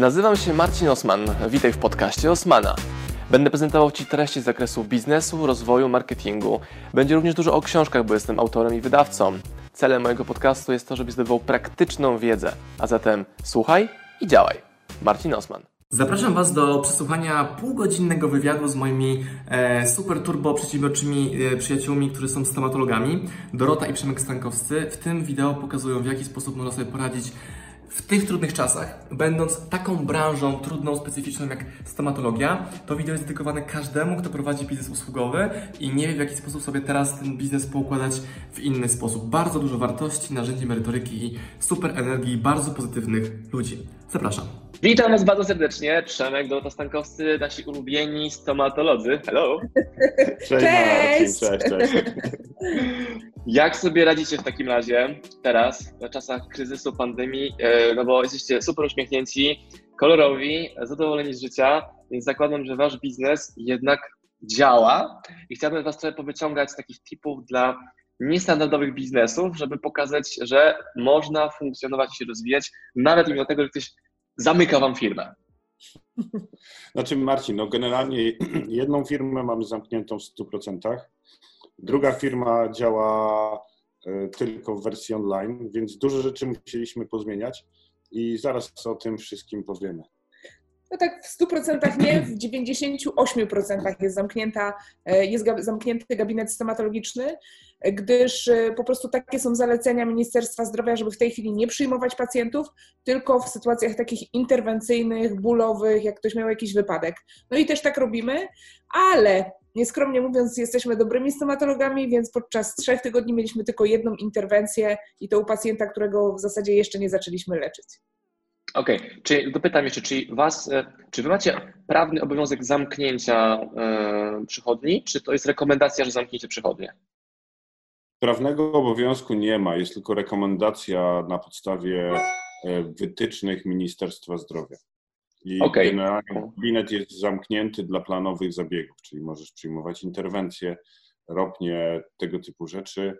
Nazywam się Marcin Osman. Witaj w podcaście Osmana. Będę prezentował Ci treści z zakresu biznesu, rozwoju, marketingu. Będzie również dużo o książkach, bo jestem autorem i wydawcą. Celem mojego podcastu jest to, żebyś zdobywał praktyczną wiedzę. A zatem słuchaj i działaj. Marcin Osman. Zapraszam Was do przesłuchania półgodzinnego wywiadu z moimi super turbo przedsiębiorczymi przyjaciółmi, którzy są stomatologami. Dorota i Przemek Stankowscy. W tym wideo pokazują, w jaki sposób można sobie poradzić w tych trudnych czasach, będąc taką branżą trudną, specyficzną jak stomatologia. To wideo jest dedykowane każdemu, kto prowadzi biznes usługowy i nie wie, w jaki sposób sobie teraz ten biznes poukładać w inny sposób. Bardzo dużo wartości, narzędzi, merytoryki i super energii bardzo pozytywnych ludzi. Zapraszam. Witam Was bardzo serdecznie. Przemek, Dorota Stankowscy, nasi ulubieni stomatolodzy. Hello! Cześć Marcin, cześć. Jak sobie radzicie w takim razie teraz, w czasach kryzysu, pandemii? No bo jesteście super uśmiechnięci, kolorowi, zadowoleni z życia, więc zakładam, że Wasz biznes jednak działa i chciałbym Was trochę powyciągać z takich tipów dla niestandardowych biznesów, żeby pokazać, że można funkcjonować i się rozwijać, nawet mimo tego, że ktoś zamyka Wam firmę. Znaczy Marcin, no generalnie jedną firmę mamy zamkniętą w 100%, druga firma działa tylko w wersji online, więc dużo rzeczy musieliśmy pozmieniać i zaraz o tym wszystkim powiemy. No tak w 100% nie, w 98% jest zamknięty gabinet stomatologiczny, gdyż po prostu takie są zalecenia Ministerstwa Zdrowia, żeby w tej chwili nie przyjmować pacjentów, tylko w sytuacjach takich interwencyjnych, bólowych, jak ktoś miał jakiś wypadek. No i też tak robimy, ale nieskromnie mówiąc jesteśmy dobrymi stomatologami, więc podczas 3 tygodni mieliśmy tylko jedną interwencję i to u pacjenta, którego w zasadzie jeszcze nie zaczęliśmy leczyć. Okej, dopytam jeszcze, czy Wy macie prawny obowiązek zamknięcia przychodni, czy to jest rekomendacja, że zamknijcie przychodnię? Prawnego obowiązku nie ma, jest tylko rekomendacja na podstawie wytycznych Ministerstwa Zdrowia. I generalnie gabinet jest zamknięty dla planowych zabiegów, czyli możesz przyjmować interwencje, ropnie, tego typu rzeczy.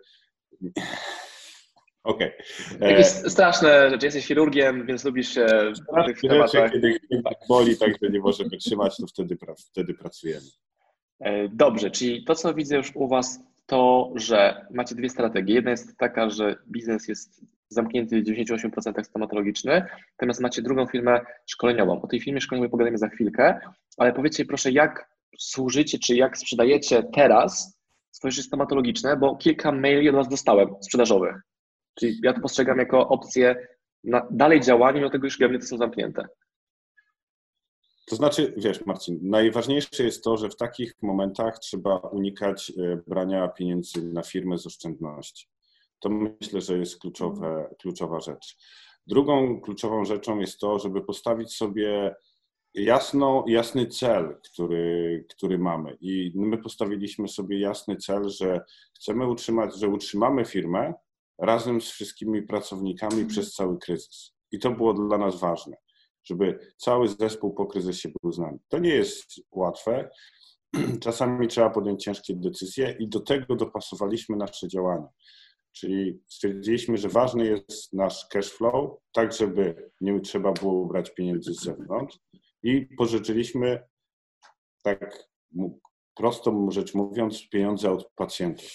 Okej. Jakieś straszne rzeczy. Jesteś chirurgiem, więc lubisz się w tych tematach. Kiedy boli tak, że nie może wytrzymać, to wtedy pracujemy. Dobrze, czyli to, co widzę już u Was, to, że macie dwie strategie. Jedna jest taka, że biznes jest zamknięty w 98% stomatologiczny, natomiast macie drugą firmę szkoleniową. O tej firmie szkoleniowej pogadamy za chwilkę, ale powiedzcie proszę, jak służycie, czy jak sprzedajecie teraz swoje rzeczy stomatologiczne, bo kilka maili od Was dostałem sprzedażowych. Czyli ja to postrzegam jako opcję na dalej działania, mimo tego, że gabinety są zamknięte. To znaczy, wiesz Marcin, najważniejsze jest to, że w takich momentach trzeba unikać brania pieniędzy na firmę z oszczędności. To myślę, że jest kluczowa rzecz. Drugą kluczową rzeczą jest to, żeby postawić sobie jasny cel, który mamy. I my postawiliśmy sobie jasny cel, że chcemy utrzymamy firmę razem z wszystkimi pracownikami przez cały kryzys. I to było dla nas ważne, żeby cały zespół po kryzysie był z nami. To nie jest łatwe. Czasami trzeba podjąć ciężkie decyzje i do tego dopasowaliśmy nasze działania. Czyli stwierdziliśmy, że ważny jest nasz cash flow, tak żeby nie trzeba było brać pieniędzy z zewnątrz i pożyczyliśmy, tak prosto rzecz mówiąc, pieniądze od pacjentów.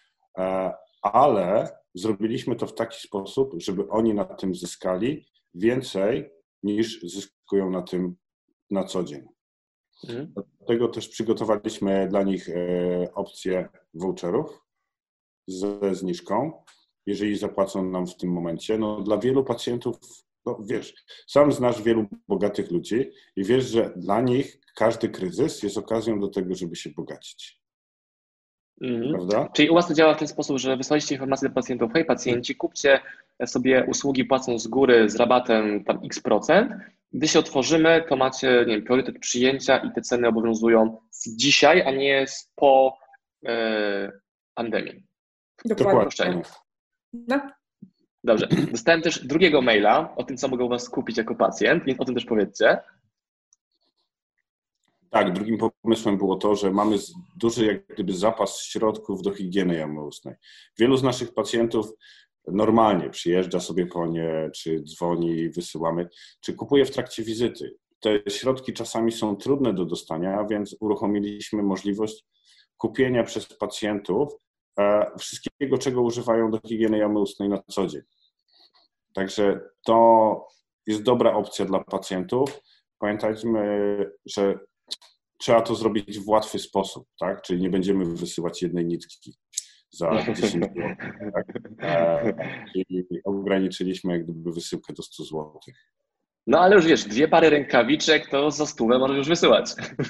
Ale zrobiliśmy to w taki sposób, żeby oni na tym zyskali więcej niż zyskują na tym na co dzień. Dlatego też przygotowaliśmy dla nich opcję voucherów ze zniżką, jeżeli zapłacą nam w tym momencie. No, dla wielu pacjentów, no wiesz, sam znasz wielu bogatych ludzi i wiesz, że dla nich każdy kryzys jest okazją do tego, żeby się bogacić. Prawda? Czyli u Was to działa w ten sposób, że wysłaliście informacje do pacjentów: hej pacjenci, kupcie sobie usługi płacąc z góry z rabatem tam x%. Gdy się otworzymy, to macie, nie wiem, priorytet przyjęcia i te ceny obowiązują z dzisiaj, a nie po pandemii. Dokładnie. No. Dobrze. Dostałem też drugiego maila o tym, co mogę u Was kupić jako pacjent, więc o tym też powiedzcie. Tak, drugim pomysłem było to, że mamy duży jak gdyby zapas środków do higieny jamy ustnej. Wielu z naszych pacjentów normalnie przyjeżdża sobie po nie, czy dzwoni, wysyłamy, czy kupuje w trakcie wizyty. Te środki czasami są trudne do dostania, więc uruchomiliśmy możliwość kupienia przez pacjentów wszystkiego, czego używają do higieny jamy ustnej na co dzień. Także to jest dobra opcja dla pacjentów. Pamiętajmy, że trzeba to zrobić w łatwy sposób, tak? Czyli nie będziemy wysyłać jednej nitki za 10 zł. Tak? I ograniczyliśmy jak gdyby wysyłkę do 100 zł. No ale już wiesz, 2 pary rękawiczek to za 100 możesz już wysyłać.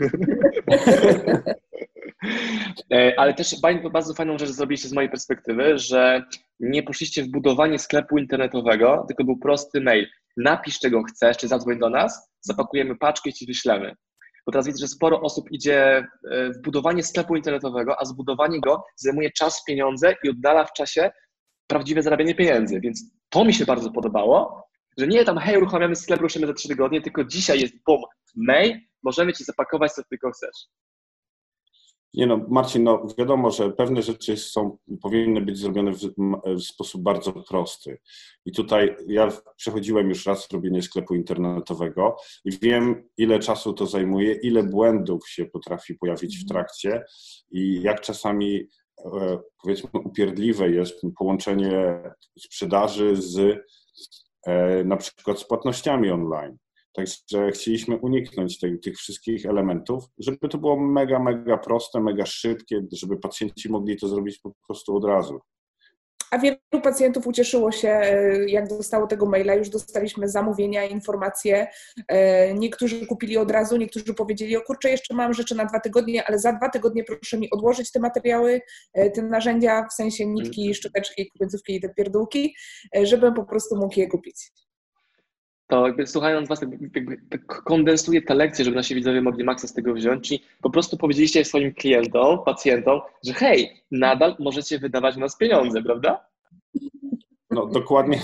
Ale też bardzo fajną rzecz zrobiliście z mojej perspektywy, że nie poszliście w budowanie sklepu internetowego, tylko był prosty mail. Napisz, czego chcesz, czy zadzwoń do nas, zapakujemy paczkę i ci wyślemy. Bo teraz widzę, że sporo osób idzie w budowanie sklepu internetowego, a zbudowanie go zajmuje czas, pieniądze i oddala w czasie prawdziwe zarabianie pieniędzy. Więc to mi się bardzo podobało, że nie tam hej, uruchamiamy sklep, ruszymy za 3 tygodnie, tylko dzisiaj jest mail, możemy ci zapakować, co tylko chcesz. Nie no, Marcin, no wiadomo, że pewne rzeczy powinny być zrobione w sposób bardzo prosty. I tutaj ja przechodziłem już raz robienie sklepu internetowego i wiem, ile czasu to zajmuje, ile błędów się potrafi pojawić w trakcie i jak czasami, powiedzmy, upierdliwe jest połączenie sprzedaży na przykład z płatnościami online. Także chcieliśmy uniknąć tych wszystkich elementów, żeby to było mega, mega proste, mega szybkie, żeby pacjenci mogli to zrobić po prostu od razu. A wielu pacjentów ucieszyło się, jak dostało tego maila, już dostaliśmy zamówienia, informacje. Niektórzy kupili od razu, niektórzy powiedzieli, o kurczę, jeszcze mam rzeczy na 2 tygodnie, ale za 2 tygodnie proszę mi odłożyć te materiały, te narzędzia, w sensie nitki, szczoteczki, końcówki i te pierdółki, żebym po prostu mógł je kupić. To jakby słuchając was, tak kondensuję te lekcje, żeby nasi widzowie mogli maksa z tego wziąć, czyli po prostu powiedzieliście swoim klientom, pacjentom, że hej, nadal możecie wydawać na nas pieniądze, prawda? No dokładnie.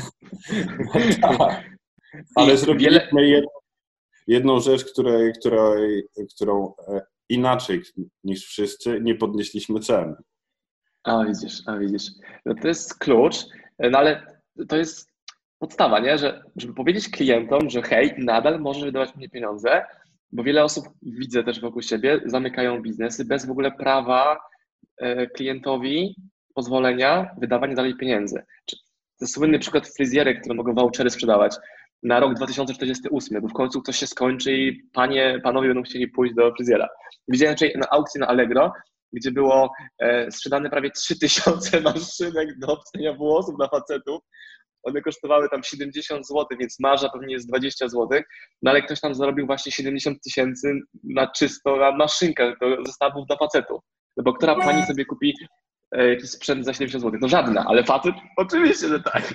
Ale zrobiliśmy jedną rzecz, którą inaczej niż wszyscy nie podnieśliśmy cen. A widzisz. No to jest klucz, no ale to jest podstawa, nie? Żeby powiedzieć klientom, że hej, nadal możesz wydawać mnie pieniądze, bo wiele osób, widzę też wokół siebie, zamykają biznesy bez w ogóle prawa klientowi pozwolenia wydawania dalej pieniędzy. To jest słynny przykład fryzjerek, które mogą vouchery sprzedawać na rok 2048, bo w końcu ktoś się skończy i panowie będą chcieli pójść do fryzjera. Widziałem na aukcji na Allegro, gdzie było sprzedane prawie 3000 maszynek do obcenia włosów dla facetów. One kosztowały tam 70 zł, więc marża pewnie jest 20 zł, no ale ktoś tam zarobił właśnie 70 000 na czysto na maszynkę do zestawów dla facetów. No bo która pani sobie kupi jakiś sprzęt za 70 zł? No żadna, ale facet? Oczywiście, że tak.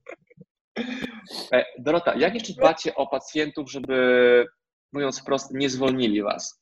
Dorota, jak jeszcze dbacie o pacjentów, żeby, mówiąc wprost, nie zwolnili was?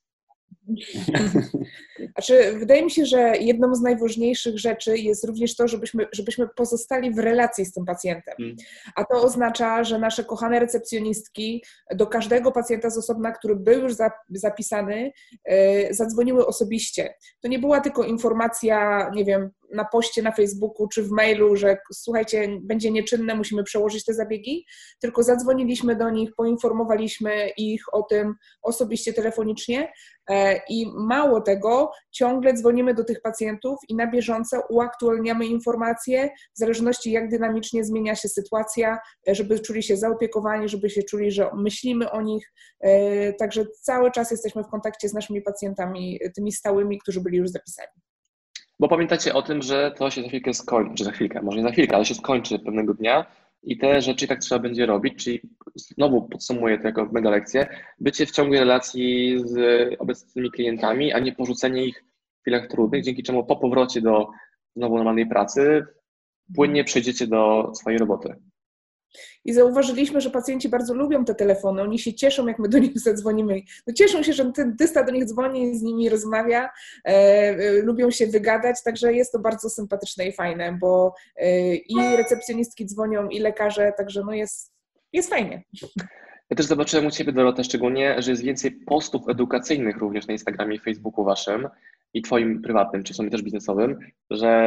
Znaczy, wydaje mi się, że jedną z najważniejszych rzeczy jest również to, żebyśmy pozostali w relacji z tym pacjentem. A to oznacza, że nasze kochane recepcjonistki do każdego pacjenta z osobna, który był już zapisany, zadzwoniły osobiście. To nie była tylko informacja, nie wiem, na poście na Facebooku czy w mailu, że słuchajcie, będzie nieczynne, musimy przełożyć te zabiegi, tylko zadzwoniliśmy do nich, poinformowaliśmy ich o tym osobiście, telefonicznie i mało tego, ciągle dzwonimy do tych pacjentów i na bieżąco uaktualniamy informacje w zależności jak dynamicznie zmienia się sytuacja, żeby czuli się zaopiekowani, żeby się czuli, że myślimy o nich, także cały czas jesteśmy w kontakcie z naszymi pacjentami, tymi stałymi, którzy byli już zapisani. Bo pamiętacie o tym, że to się za chwilkę skończy, może nie za chwilkę, ale się skończy pewnego dnia i te rzeczy tak trzeba będzie robić, czyli znowu podsumuję to jako mega lekcję, bycie w ciągłej relacji z obecnymi klientami, a nie porzucenie ich w chwilach trudnych, dzięki czemu po powrocie do znowu normalnej pracy płynnie przejdziecie do swojej roboty. I zauważyliśmy, że pacjenci bardzo lubią te telefony, oni się cieszą, jak my do nich zadzwonimy. No cieszą się, że ten dysta do nich dzwoni, z nimi rozmawia, lubią się wygadać, także jest to bardzo sympatyczne i fajne, bo i recepcjonistki dzwonią, i lekarze, także no jest fajnie. Ja też zobaczyłem u Ciebie, Dorota, szczególnie, że jest więcej postów edukacyjnych również na Instagramie i Facebooku Waszym i Twoim prywatnym, czy w sumie też biznesowym, że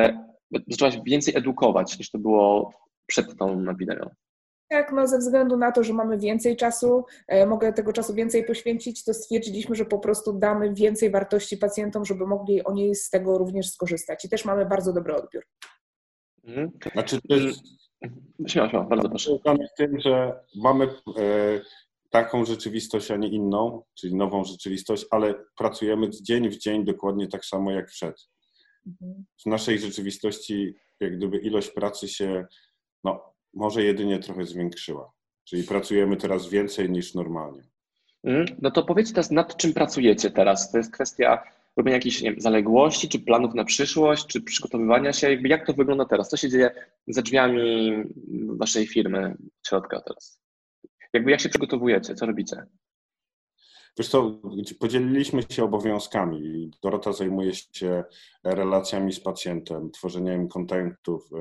zaczęłaś więcej edukować niż to było przed tą epidemią? Tak, no ze względu na to, że mamy więcej czasu, mogę tego czasu więcej poświęcić, to stwierdziliśmy, że po prostu damy więcej wartości pacjentom, żeby mogli oni z tego również skorzystać. I też mamy bardzo dobry odbiór. Znaczy, to jest Śmiało, bardzo proszę. związane z tym, że mamy taką rzeczywistość, a nie inną, czyli nową rzeczywistość, ale pracujemy dzień w dzień dokładnie tak samo jak przed. W naszej rzeczywistości jak gdyby ilość pracy się może jedynie trochę zwiększyła. Czyli pracujemy teraz więcej niż normalnie. No to powiedzcie teraz, nad czym pracujecie teraz? To jest kwestia robienia jakichś, nie wiem, zaległości, czy planów na przyszłość, czy przygotowywania się? Jakby jak to wygląda teraz? Co się dzieje za drzwiami waszej firmy w środka teraz? Jakby jak się przygotowujecie? Co robicie? Wiesz co, podzieliliśmy się obowiązkami. Dorota zajmuje się relacjami z pacjentem, tworzeniem kontentów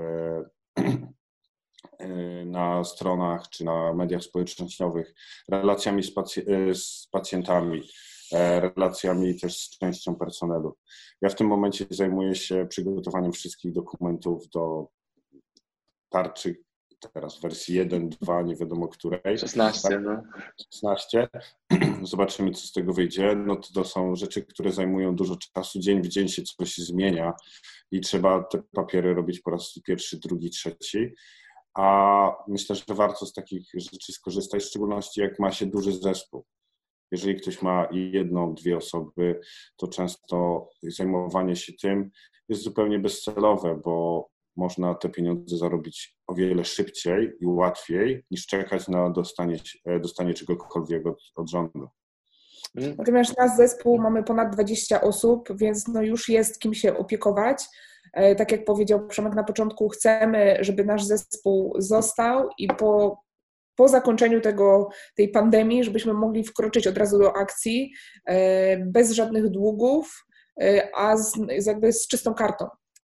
na stronach czy na mediach społecznościowych, relacjami z pacjentami, relacjami też z częścią personelu. Ja w tym momencie zajmuję się przygotowaniem wszystkich dokumentów do tarczy, teraz w wersji 1, 2, nie wiadomo której. 16, tak? no. 16. Zobaczymy, co z tego wyjdzie. No to są rzeczy, które zajmują dużo czasu. Dzień w dzień się coś zmienia i trzeba te papiery robić po raz pierwszy, drugi, trzeci. A myślę, że warto z takich rzeczy skorzystać, w szczególności jak ma się duży zespół. Jeżeli ktoś ma jedną, dwie osoby, to często zajmowanie się tym jest zupełnie bezcelowe, bo można te pieniądze zarobić o wiele szybciej i łatwiej, niż czekać na dostanie czegokolwiek od rządu. Natomiast nasz zespół mamy ponad 20 osób, więc no już jest kim się opiekować. Tak jak powiedział Przemek na początku, chcemy, żeby nasz zespół został i po zakończeniu tej pandemii, żebyśmy mogli wkroczyć od razu do akcji, bez żadnych długów, a z czystą kartą.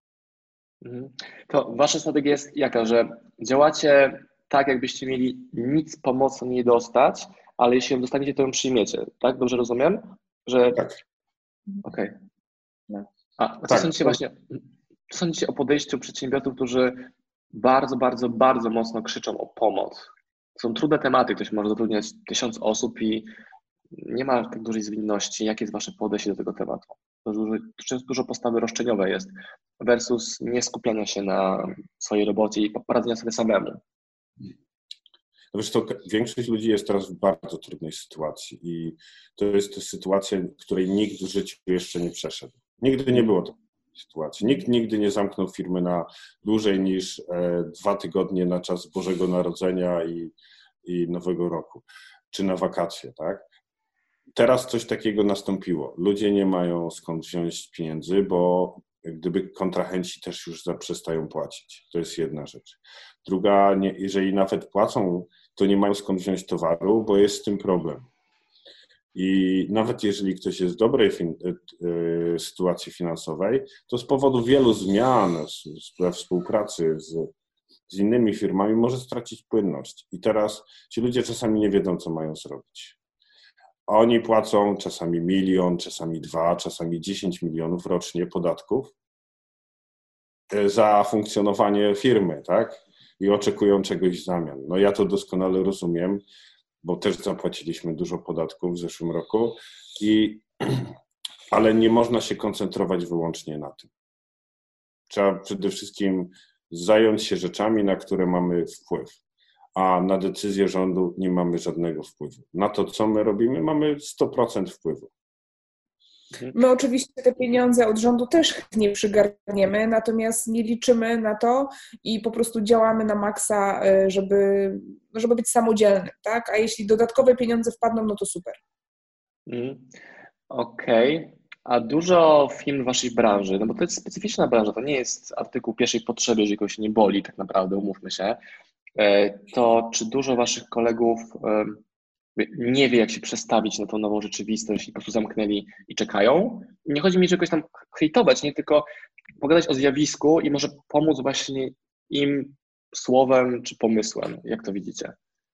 To wasza strategia jest jaka, że działacie tak, jakbyście mieli nic pomocy nie dostać, ale jeśli ją dostaniecie, to ją przyjmiecie, tak? Dobrze rozumiem? Że... Tak. Okej. No. A co sądzicie właśnie, co sądzicie o podejściu przedsiębiorców, którzy bardzo, bardzo, bardzo mocno krzyczą o pomoc? To są trudne tematy, ktoś może zatrudniać 1000 osób i nie ma tak dużej zwinności. Jakie jest wasze podejście do tego tematu? Dużo postawy roszczeniowej jest versus nie skupiania się na swojej robocie i poradzenia sobie samemu. Wiesz, to większość ludzi jest teraz w bardzo trudnej sytuacji i to jest sytuacja, której nikt w życiu jeszcze nie przeszedł. Nigdy nie było takiej sytuacji. Nikt nigdy nie zamknął firmy na dłużej niż 2 tygodnie na czas Bożego Narodzenia i Nowego Roku, czy na wakacje, tak? Teraz coś takiego nastąpiło. Ludzie nie mają skąd wziąć pieniędzy, bo jak gdyby kontrahenci też już przestają płacić. To jest jedna rzecz. Druga, jeżeli nawet płacą, to nie mają skąd wziąć towaru, bo jest z tym problem. I nawet jeżeli ktoś jest w dobrej sytuacji finansowej, to z powodu wielu zmian we współpracy z innymi firmami może stracić płynność. I teraz ci ludzie czasami nie wiedzą, co mają zrobić. Oni płacą czasami 1 milion, czasami 2, czasami 10 milionów rocznie podatków za funkcjonowanie firmy, tak? I oczekują czegoś w zamian. No ja to doskonale rozumiem, bo też zapłaciliśmy dużo podatków w zeszłym roku, ale nie można się koncentrować wyłącznie na tym. Trzeba przede wszystkim zająć się rzeczami, na które mamy wpływ, a na decyzję rządu nie mamy żadnego wpływu. Na to, co my robimy, mamy 100% wpływu. My oczywiście te pieniądze od rządu też nie przygarniemy, natomiast nie liczymy na to i po prostu działamy na maksa, żeby być samodzielnym, tak? A jeśli dodatkowe pieniądze wpadną, no to super. Okej. A dużo firm w waszej branży, no bo to jest specyficzna branża, to nie jest artykuł pierwszej potrzeby, jeżeli kogoś nie boli tak naprawdę, umówmy się, to czy dużo waszych kolegów nie wie, jak się przestawić na tą nową rzeczywistość i po prostu zamknęli i czekają? Nie chodzi mi, że jakoś tam hejtować, nie, tylko pogadać o zjawisku i może pomóc właśnie im słowem czy pomysłem. Jak to widzicie?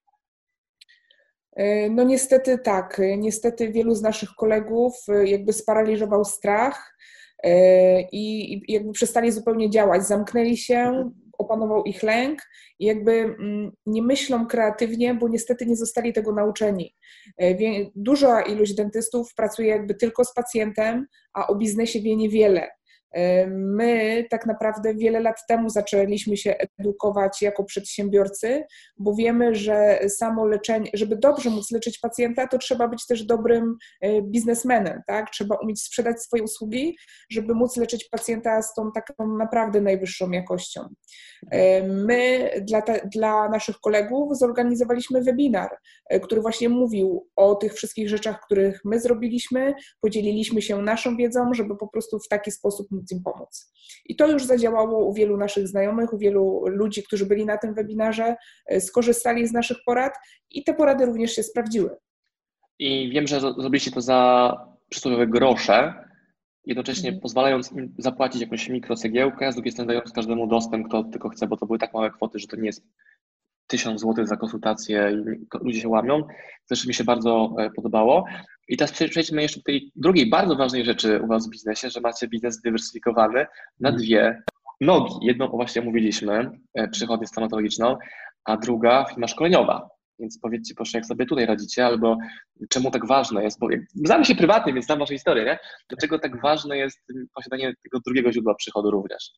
No niestety tak. Niestety wielu z naszych kolegów jakby sparaliżował strach. i jakby przestali zupełnie działać, zamknęli się, opanował ich lęk i jakby nie myślą kreatywnie, bo niestety nie zostali tego nauczeni. Duża ilość dentystów pracuje jakby tylko z pacjentem, a o biznesie wie niewiele. My tak naprawdę wiele lat temu zaczęliśmy się edukować jako przedsiębiorcy, bo wiemy, że samo leczenie, żeby dobrze móc leczyć pacjenta, to trzeba być też dobrym biznesmenem, tak? Trzeba umieć sprzedać swoje usługi, żeby móc leczyć pacjenta z tą taką naprawdę najwyższą jakością. My dla naszych kolegów zorganizowaliśmy webinar, który właśnie mówił o tych wszystkich rzeczach, których my zrobiliśmy, podzieliliśmy się naszą wiedzą, żeby po prostu w taki sposób móc im pomóc. I to już zadziałało u wielu naszych znajomych, u wielu ludzi, którzy byli na tym webinarze, skorzystali z naszych porad i te porady również się sprawdziły. I wiem, że zrobiliście to za przysłowiowe grosze, jednocześnie pozwalając im zapłacić jakąś mikrocegiełkę, z drugiej strony dając każdemu dostęp, kto tylko chce, bo to były tak małe kwoty, że to nie jest 1000 zł za konsultację i ludzie się łamią. Zresztą mi się bardzo podobało. I teraz przejdźmy jeszcze do tej drugiej bardzo ważnej rzeczy u Was w biznesie, że macie biznes zdywersyfikowany na dwie nogi. Jedną właśnie omówiliśmy, przychodnię stomatologiczną, a druga firma szkoleniowa. Więc powiedzcie proszę, jak sobie tutaj radzicie, albo czemu tak ważne jest, bo znamy się prywatnie, więc znam Waszą historię, nie? Dlaczego tak ważne jest posiadanie tego drugiego źródła przychodu również?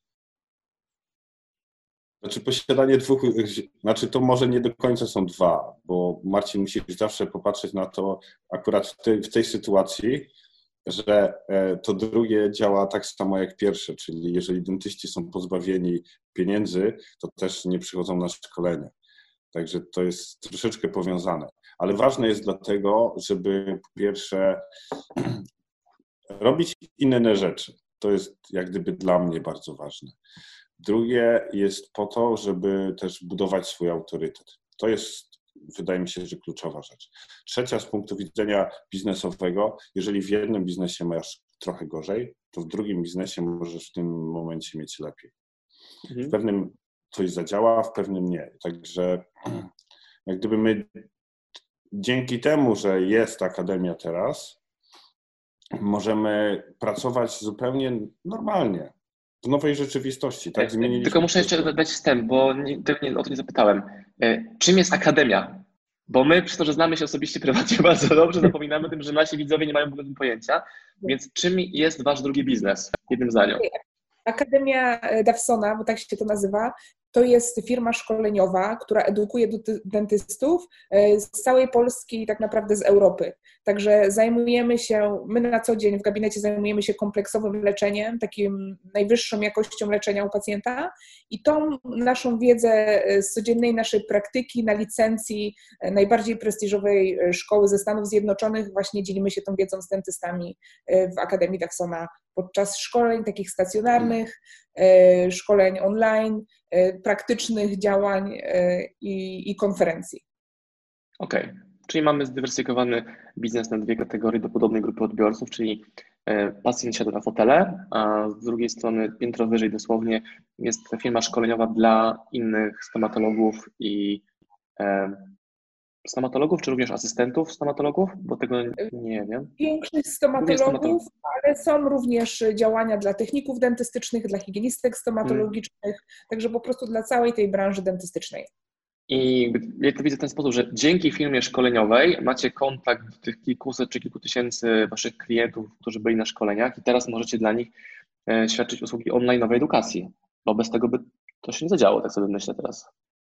Znaczy posiadanie to może nie do końca są dwa, bo Marcin, musisz zawsze popatrzeć na to akurat w tej sytuacji, że to drugie działa tak samo jak pierwsze, czyli jeżeli dentyści są pozbawieni pieniędzy, to też nie przychodzą na szkolenie. Także to jest troszeczkę powiązane. Ale ważne jest dlatego, żeby po pierwsze robić inne rzeczy. To jest jak gdyby dla mnie bardzo ważne. Drugie jest po to, żeby też budować swój autorytet. To jest, wydaje mi się, że kluczowa rzecz. Trzecia z punktu widzenia biznesowego, jeżeli w jednym biznesie masz trochę gorzej, to w drugim biznesie możesz w tym momencie mieć lepiej. W pewnym coś zadziała, w pewnym nie. Także jak gdyby my dzięki temu, że jest akademia teraz, możemy pracować zupełnie normalnie. W nowej rzeczywistości, tak? Tylko muszę jeszcze dać wstęp, bo o to nie zapytałem. Czym jest akademia? Bo my, przez to, że znamy się osobiście prywatnie bardzo dobrze, zapominamy o tym, że nasi widzowie nie mają w ogóle pojęcia. Więc czym jest Wasz drugi biznes? Jednym zdaniem. Akademia Dawsona, bo tak się to nazywa, to jest firma szkoleniowa, która edukuje dentystów z całej Polski i tak naprawdę z Europy. Także my na co dzień w gabinecie zajmujemy się kompleksowym leczeniem, takim najwyższą jakością leczenia u pacjenta i tą naszą wiedzę z codziennej naszej praktyki na licencji najbardziej prestiżowej szkoły ze Stanów Zjednoczonych właśnie dzielimy się tą wiedzą z dentystami w Akademii Dawsona podczas szkoleń takich stacjonarnych, szkoleń online, praktycznych działań i konferencji. Okej. Czyli mamy zdywersyfikowany biznes na dwie kategorie do podobnej grupy odbiorców, czyli pacjent siada na fotele, a z drugiej strony piętro wyżej dosłownie jest firma szkoleniowa dla innych stomatologów i stomatologów, czy również asystentów stomatologów? Bo tego nie wiem. Większość stomatologów, ale są również działania dla techników dentystycznych, dla higienistek stomatologicznych, także po prostu dla całej tej branży dentystycznej. I ja to widzę w ten sposób, że dzięki firmie szkoleniowej macie kontakt do tych kilkuset czy kilku tysięcy Waszych klientów, którzy byli na szkoleniach i teraz możecie dla nich świadczyć usługi online'owej edukacji, bo bez tego by to się nie zadziało, tak sobie myślę teraz.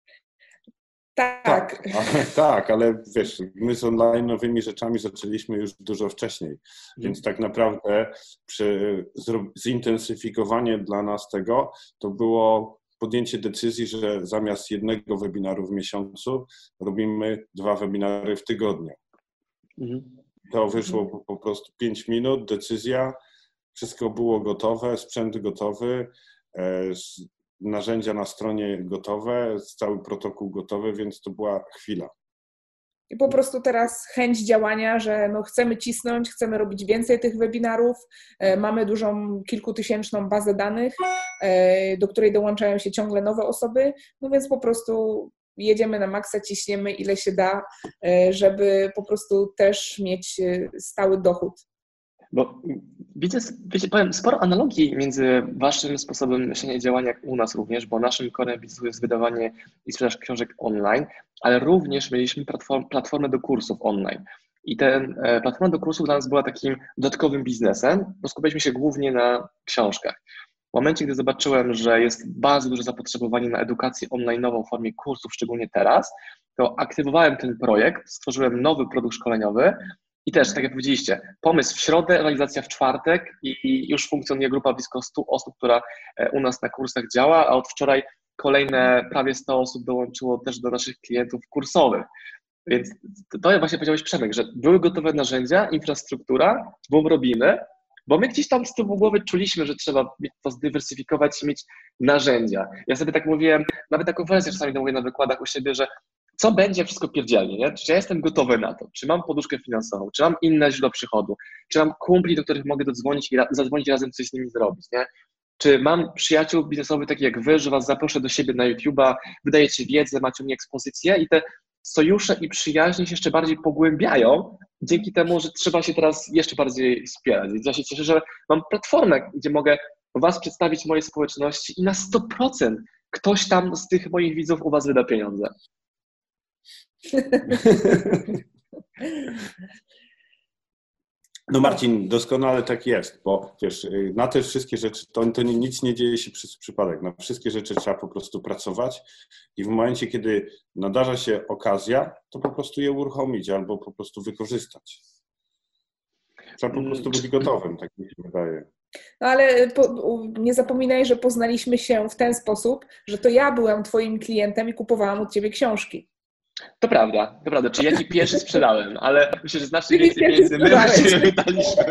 Tak, ale wiesz, my z online'owymi rzeczami zaczęliśmy już dużo wcześniej, więc tak naprawdę zintensyfikowanie dla nas tego to było podjęcie decyzji, że zamiast jednego webinaru w miesiącu robimy 2 webinary w tygodniu. To wyszło po prostu 5 minut, decyzja, wszystko było gotowe, sprzęt gotowy, narzędzia na stronie gotowe, cały protokół gotowy, więc to była chwila. I po prostu teraz chęć działania, że chcemy cisnąć, chcemy robić więcej tych webinarów, mamy dużą kilkutysięczną bazę danych, do której dołączają się ciągle nowe osoby, więc po prostu jedziemy na maksa, ciśniemy ile się da, żeby po prostu też mieć stały dochód. Bo wiecie, powiem, sporo analogii między waszym sposobem myślenia i działania jak u nas również, bo naszym corem biznesu jest wydawanie i sprzedaż książek online, ale również mieliśmy platformę do kursów online. I platforma do kursów dla nas była takim dodatkowym biznesem, bo skupiliśmy się głównie na książkach. W momencie, gdy zobaczyłem, że jest bardzo duże zapotrzebowanie na edukację online'ową w formie kursów, szczególnie teraz, to aktywowałem ten projekt, stworzyłem nowy produkt szkoleniowy i też, tak jak powiedzieliście, pomysł w środę, realizacja w czwartek i już funkcjonuje grupa blisko 100 osób, która u nas na kursach działa, a od wczoraj kolejne prawie 100 osób dołączyło też do naszych klientów kursowych. Więc to właśnie powiedziałeś, Przemek, że były gotowe narzędzia, infrastruktura, boom, robimy, bo my gdzieś tam z tyłu głowy czuliśmy, że trzeba to zdywersyfikować i mieć narzędzia. Ja sobie tak mówiłem, nawet taką wersję czasami to mówię na wykładach u siebie, że co będzie, wszystko pierdzielnie, nie? Czy ja jestem gotowy na to? Czy mam poduszkę finansową? Czy mam inne źródła przychodu? Czy mam kumpli, do których mogę dodzwonić i zadzwonić razem coś z nimi zrobić, nie? Czy mam przyjaciół biznesowych takich jak wy, że was zaproszę do siebie na YouTube'a, wydajecie wiedzę, macie u mnie ekspozycję i te sojusze i przyjaźnie się jeszcze bardziej pogłębiają dzięki temu, że trzeba się teraz jeszcze bardziej wspierać. Więc ja się cieszę, że mam platformę, gdzie mogę was przedstawić mojej społeczności i na 100% ktoś tam z tych moich widzów u was wyda pieniądze. No Marcin, doskonale tak jest, bo wiesz, na te wszystkie rzeczy, to nic nie dzieje się przez przypadek. Na wszystkie rzeczy trzeba po prostu pracować i w momencie, kiedy nadarza się okazja, to po prostu je uruchomić albo po prostu wykorzystać. Trzeba po prostu być gotowym, tak mi się wydaje. No ale nie zapominaj, że poznaliśmy się w ten sposób, że to ja byłam twoim klientem i kupowałam od ciebie książki. To prawda. Czy ja ci pierwszy sprzedałem, ale myślę, że znacznie więcej pieniędzy my na ciebie wydaliśmy.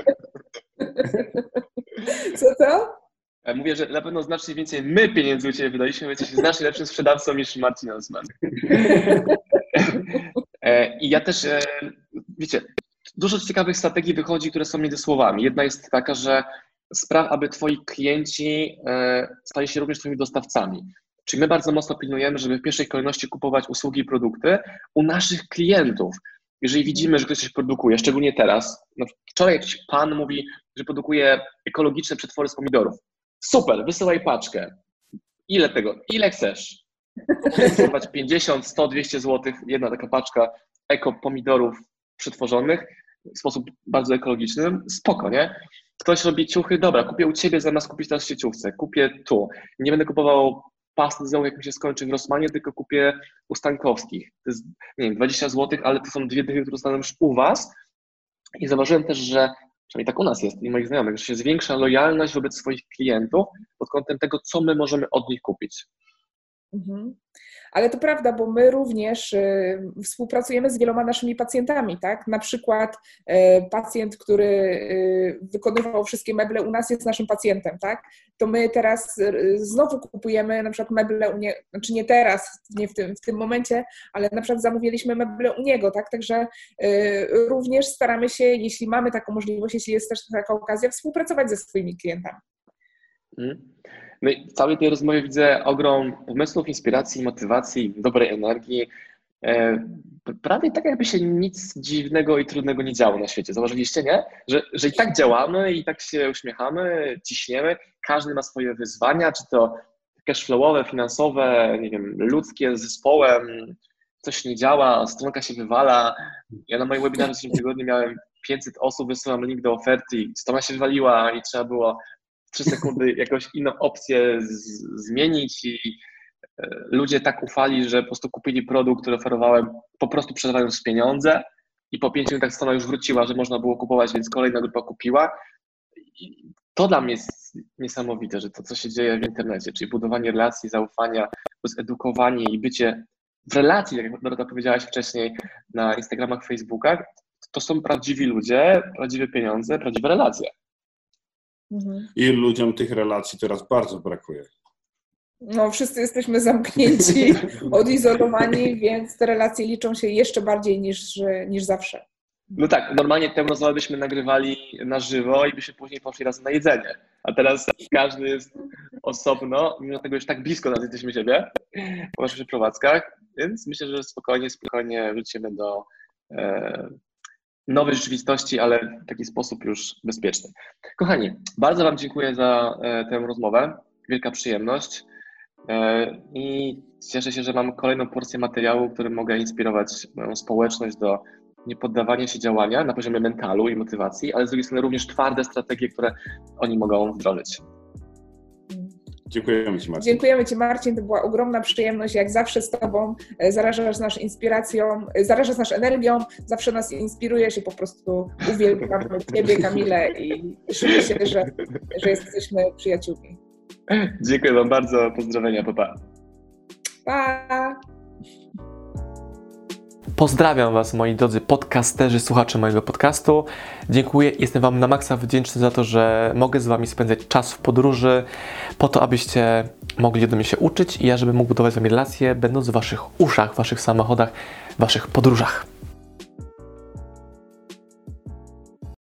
Co? Mówię, że na pewno znacznie więcej my pieniędzy u ciebie wydaliśmy, więc jesteś znacznie lepszym sprzedawcą niż Marcin Osman. I ja też, wiecie, dużo ciekawych strategii wychodzi, które są między słowami. Jedna jest taka, że spraw, aby twoi klienci stali się również twoimi dostawcami. Czyli my bardzo mocno pilnujemy, żeby w pierwszej kolejności kupować usługi i produkty u naszych klientów. Jeżeli widzimy, że ktoś coś produkuje, szczególnie teraz, no wczoraj jakiś pan mówi, że produkuje ekologiczne przetwory z pomidorów. Super, wysyłaj paczkę. Ile tego? Ile chcesz? 50, 100, 200 zł, jedna taka paczka pomidorów przetworzonych w sposób bardzo ekologiczny. Spoko, nie? Ktoś robi ciuchy, dobra, kupię u ciebie zamiast kupić teraz w sieciówce, kupię tu. Nie będę kupował pasty znowu, jak mi się skończy w Rossmanie, tylko kupię u Stankowskich. To jest, nie wiem, 20 zł, ale to są 2 dychy, które zostaną już u was. I zauważyłem też, że przynajmniej tak u nas jest i moich znajomych, że się zwiększa lojalność wobec swoich klientów pod kątem tego, co my możemy od nich kupić. Mhm. Ale to prawda, bo my również współpracujemy z wieloma naszymi pacjentami, tak? Na przykład pacjent, który wykonywał wszystkie meble u nas, jest naszym pacjentem, tak? To my teraz znowu kupujemy na przykład meble u niego, znaczy nie teraz, nie w tym momencie, ale na przykład zamówiliśmy meble u niego, tak? Także również staramy się, jeśli mamy taką możliwość, jeśli jest też taka okazja, współpracować ze swoimi klientami. No i w całej tej rozmowie widzę ogrom pomysłów, inspiracji, motywacji, dobrej energii. Prawie tak, jakby się nic dziwnego i trudnego nie działo na świecie. Zauważyliście, nie? Że i tak działamy, i tak się uśmiechamy, ciśniemy. Każdy ma swoje wyzwania, czy to cashflowowe, finansowe, nie wiem, ludzkie, z zespołem. Coś nie działa, stronka się wywala. Ja na moim webinarze w zeszłym tygodniu miałem 500 osób, wysyłam link do oferty, strona się wywaliła i trzeba było 3 sekundy jakąś inną opcję zmienić i ludzie tak ufali, że po prostu kupili produkt, który oferowałem, po prostu sprzedawając pieniądze i po 5 minutach strona już wróciła, że można było kupować, więc kolejna grupa kupiła. I to dla mnie jest niesamowite, że to, co się dzieje w internecie, czyli budowanie relacji, zaufania, zedukowanie i bycie w relacji, jak Dorota powiedziałaś wcześniej, na Instagramach, Facebookach, to są prawdziwi ludzie, prawdziwe pieniądze, prawdziwe relacje. I ludziom tych relacji teraz bardzo brakuje. No, wszyscy jesteśmy zamknięci, odizolowani, więc te relacje liczą się jeszcze bardziej niż zawsze. No tak, normalnie tę rozmowę byśmy nagrywali na żywo i byśmy później poszli razem na jedzenie. A teraz każdy jest osobno, mimo tego już tak blisko nas jesteśmy siebie po naszych przeprowadzkach, więc myślę, że spokojnie wrócimy nowej rzeczywistości, ale w taki sposób już bezpieczny. Kochani, bardzo Wam dziękuję za tę rozmowę. Wielka przyjemność. I cieszę się, że mam kolejną porcję materiału, którym mogę inspirować moją społeczność do niepoddawania się działania na poziomie mentalu i motywacji, ale z drugiej strony również twarde strategie, które oni mogą wdrożyć. Dziękujemy Ci, Marcin. Dziękujemy Ci, Marcin. To była ogromna przyjemność, jak zawsze z Tobą. Zarażasz nas inspiracją, zarażasz nas energią, zawsze nas inspirujesz i po prostu uwielbiamy Ciebie, Kamilę, i cieszymy się, że jesteśmy przyjaciółmi. Dziękuję Wam bardzo. Pozdrowienia. Pa, pa. Pa! Pozdrawiam Was, moi drodzy podcasterzy, słuchacze mojego podcastu. Dziękuję, jestem Wam na maksa wdzięczny za to, że mogę z Wami spędzać czas w podróży, po to, abyście mogli ode mnie się uczyć i ja, żebym mógł budować z Wami relacje, będąc w Waszych uszach, w Waszych samochodach, w Waszych podróżach.